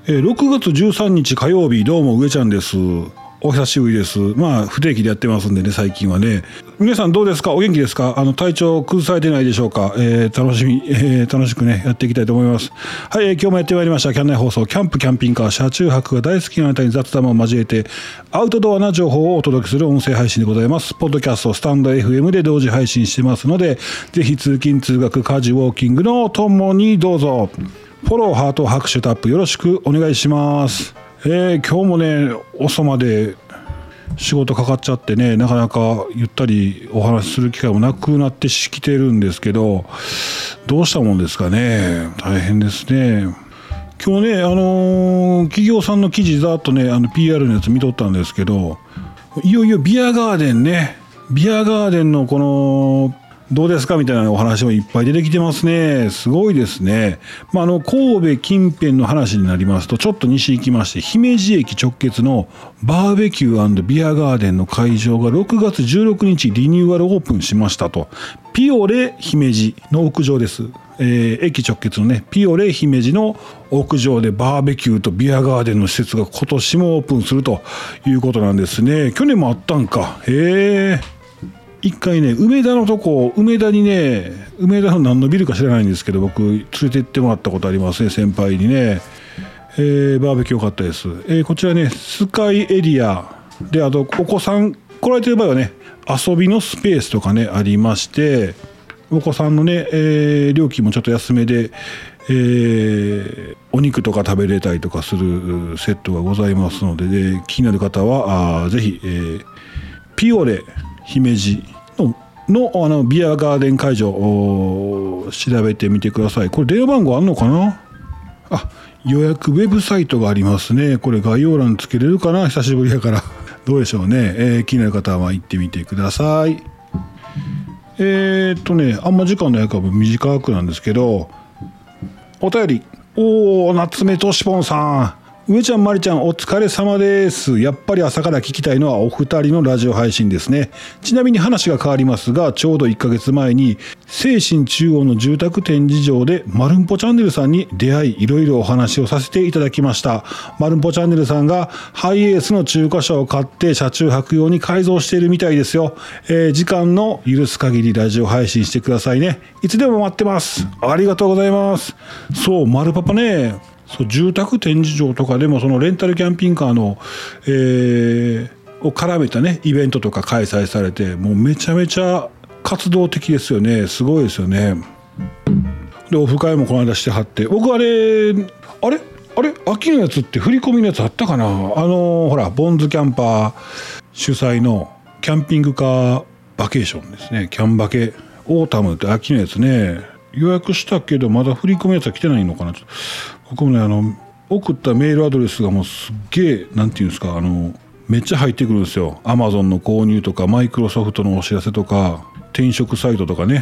6月13日火曜日、どうも上ちゃんです。お久しぶりです。不定期でやってますんでね、最近はね。皆さんどうですか？お元気ですか？体調崩されてないでしょうか？楽しくね、やっていきたいと思います。はい、今日もやってまいりました。キャン内放送、キャンプ、キャンピングカー、車中泊が大好きなあなたに雑談を交えて、アウトドアな情報をお届けする音声配信でございます。ポッドキャスト、スタンド FM で同時配信してますので、ぜひ通勤、通学、家事、ウォーキングのともにどうぞ。フォロー、ハート、拍手、タップよろしくお願いします。今日もね、遅まで仕事かかっちゃってね、なかなかゆったりお話しする機会もなくなってきてるんですけど、どうしたもんですかね。大変ですね。今日ね、企業さんの記事ざっとね、PR のやつ見とったんですけど、いよいよビアガーデンのこのどうですかみたいなお話もいっぱい出てきてますね。すごいですね。神戸近辺の話になりますと、ちょっと西行きまして、姫路駅直結のバーベキュー&ビアガーデンの会場が6月16日リニューアルオープンしましたと。ピオレ姫路の屋上です。駅直結のね、ピオレ姫路の屋上でバーベキューとビアガーデンの施設が今年もオープンするということなんですね。去年もあったんか。一回ね、梅田にね、梅田の何のビルか知らないんですけど、僕連れて行ってもらったことありますね、先輩にね。バーベキュー良かったです。こちらね、スカイエリアで、あとお子さん来られてる場合はね、遊びのスペースとかねありまして、お子さんのね、料金もちょっと安めで、お肉とか食べれたりとかするセットがございますので、気になる方はぜひ、ピオレ姫路のビアガーデン会場を調べてみてください。これ電話番号あんのかな？予約ウェブサイトがありますね。これ概要欄つけれるかな？久しぶりやからどうでしょうね。気になる方は行ってみてください。あんま時間ないから短くなんですけど、お便り。夏目としぽんさん、上ちゃんまりちゃんお疲れ様です。やっぱり朝から聞きたいのはお二人のラジオ配信ですね。ちなみに話が変わりますが、ちょうど1ヶ月前に西神中央の住宅展示場でマルンポチャンネルさんに出会い、いろいろお話をさせていただきました。マルンポチャンネルさんがハイエースの中古車を買って車中泊用に改造しているみたいですよ。時間の許す限りラジオ配信してくださいね。いつでも待ってます。ありがとうございます。そう、マルパパね、住宅展示場とかでもそのレンタルキャンピングカーの、を絡めたねイベントとか開催されて、もうめちゃめちゃ活動的ですよね。すごいですよね。でオフ会もこの間してはって、僕あれ秋のやつって振り込みのやつあったかな。ほらボンズキャンパー主催のキャンピングカーバケーションですね。キャンバケオータムって秋のやつね、予約したけどまだ振り込みのやつは来てないのかな。僕もね送ったメールアドレスがもうすっげえなんていうんですか、めっちゃ入ってくるんですよ。アマゾンの購入とかマイクロソフトのお知らせとか転職サイトとかね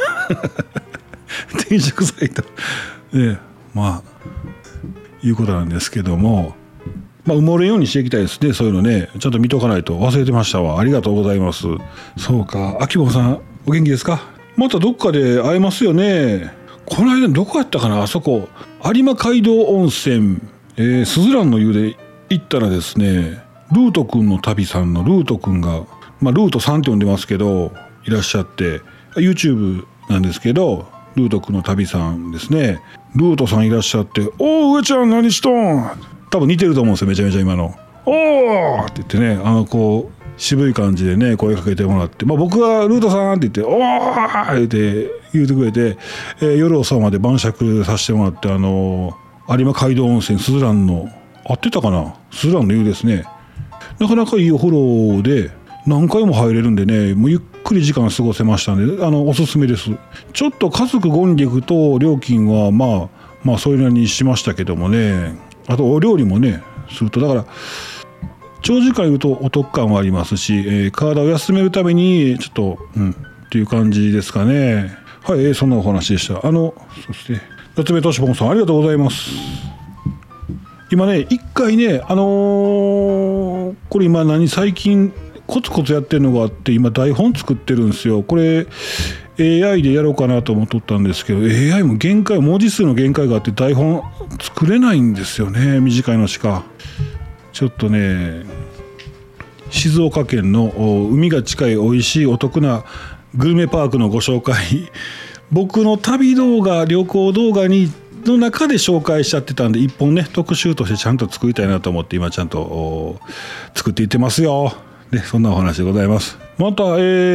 転職サイトでいうことなんですけども、埋もれんようにしていきたいですね。そういうのねちゃんと見とかないと。忘れてましたわ。ありがとうございます。そうか、秋元さんお元気ですか？またどっかで会えますよね。この間どこやったかな、あそこ有馬街道温泉、すずらんの湯で行ったらですね、ルートくんの旅さんのルートくんが、ルートさんって呼んでますけどいらっしゃって、 YouTube なんですけど、ルートくんの旅さんですね。ルートさんいらっしゃって、上ちゃん何しとん、多分似てると思うんですよ、めちゃめちゃ今の。って言ってね、渋い感じでね声かけてもらって、僕がルートさんって言ってって言ってくれて、夜遅くまで晩酌させてもらって、有馬街道温泉すずらんの合ってたかな、すずらんの湯ですね。なかなかいいお風呂で何回も入れるんでね、もうゆっくり時間過ごせましたんで、おすすめです。ちょっと家族5人で行くと料金はそれなりにしましたけどもね、あとお料理もねすると、だから長時間いるとお得感はありますし、体を休めるためにちょっとっていう感じですかね。はい、そんなお話でした。そして夏目としぼんさんありがとうございます。今ね一回ねこれ今最近コツコツやってるのがあって、今台本作ってるんですよ。これ AI でやろうかなと思っとったんですけど、 AI も限界、文字数の限界があって台本作れないんですよね、短いのしか。ちょっとね、静岡県の海が近い美味しいお得なグルメパークのご紹介、僕の旅動画、旅行動画の中で紹介しちゃってたんで、一本ね特集としてちゃんと作りたいなと思って今ちゃんと作っていってますよ。でそんなお話でございます。また、こ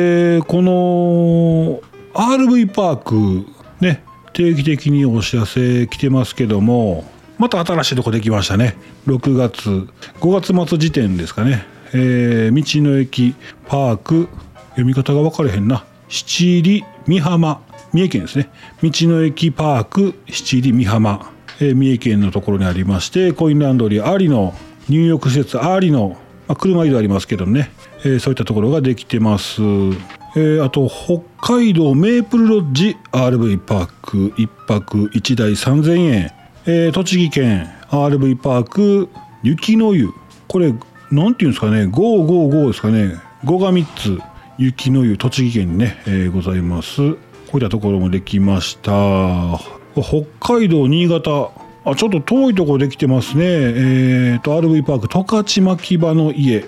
の RV パークね、定期的にお知らせ来てますけども、また新しいとこできましたね。5月末時点ですかね。道の駅パーク、読み方が分かれへんな、七里美浜、三重県ですね。道の駅パーク七里美浜、三重県のところにありまして、コインランドリーありの、入浴施設ありの、車移動ありますけどね、そういったところができてます。あと北海道メープルロッジ RV パーク1泊1台3000円、栃木県 RV パーク雪の湯、これなんていうんですかね、555ですかね、5が3つ、雪の湯栃木県にね、ございます。こういったところもできました。北海道新潟、ちょっと遠いところできてますね。RV パーク十勝牧場の家、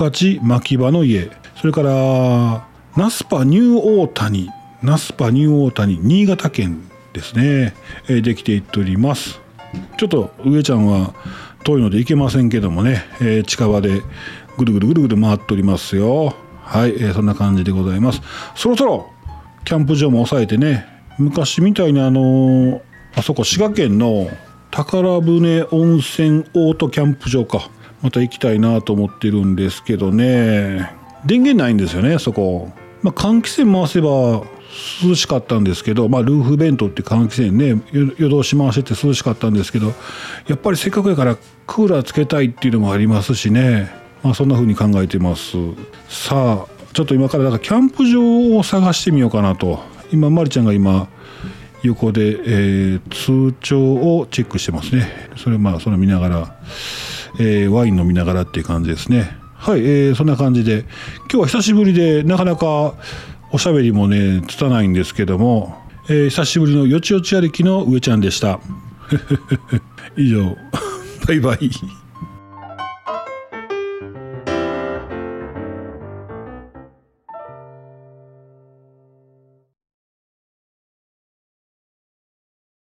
それからナスパニューオータニ、新潟県ですね、できていっております。ちょっと上ちゃんは遠いので行けませんけどもね、近場でぐるぐる回っておりますよ。はい、そんな感じでございます。そろそろキャンプ場も抑えてね、昔みたいにあそこ滋賀県の宝船温泉オートキャンプ場か、また行きたいなと思ってるんですけどね、電源ないんですよねそこ。換気扇回せば涼しかったんですけど、ルーフベントって換気扇ね、夜通し回してて涼しかったんですけど、やっぱりせっかくやからクーラーつけたいっていうのもありますしね、そんな風に考えてます。さあちょっと今からだからキャンプ場を探してみようかなと。今まりちゃんが今横で、通帳をチェックしてますね。それそれ見ながら、ワイン飲みながらっていう感じですね。はい、そんな感じで今日は久しぶりでなかなかおしゃべりもね拙いんですけども、久しぶりのよちよち歩きの上ちゃんでした。以上バイバイ。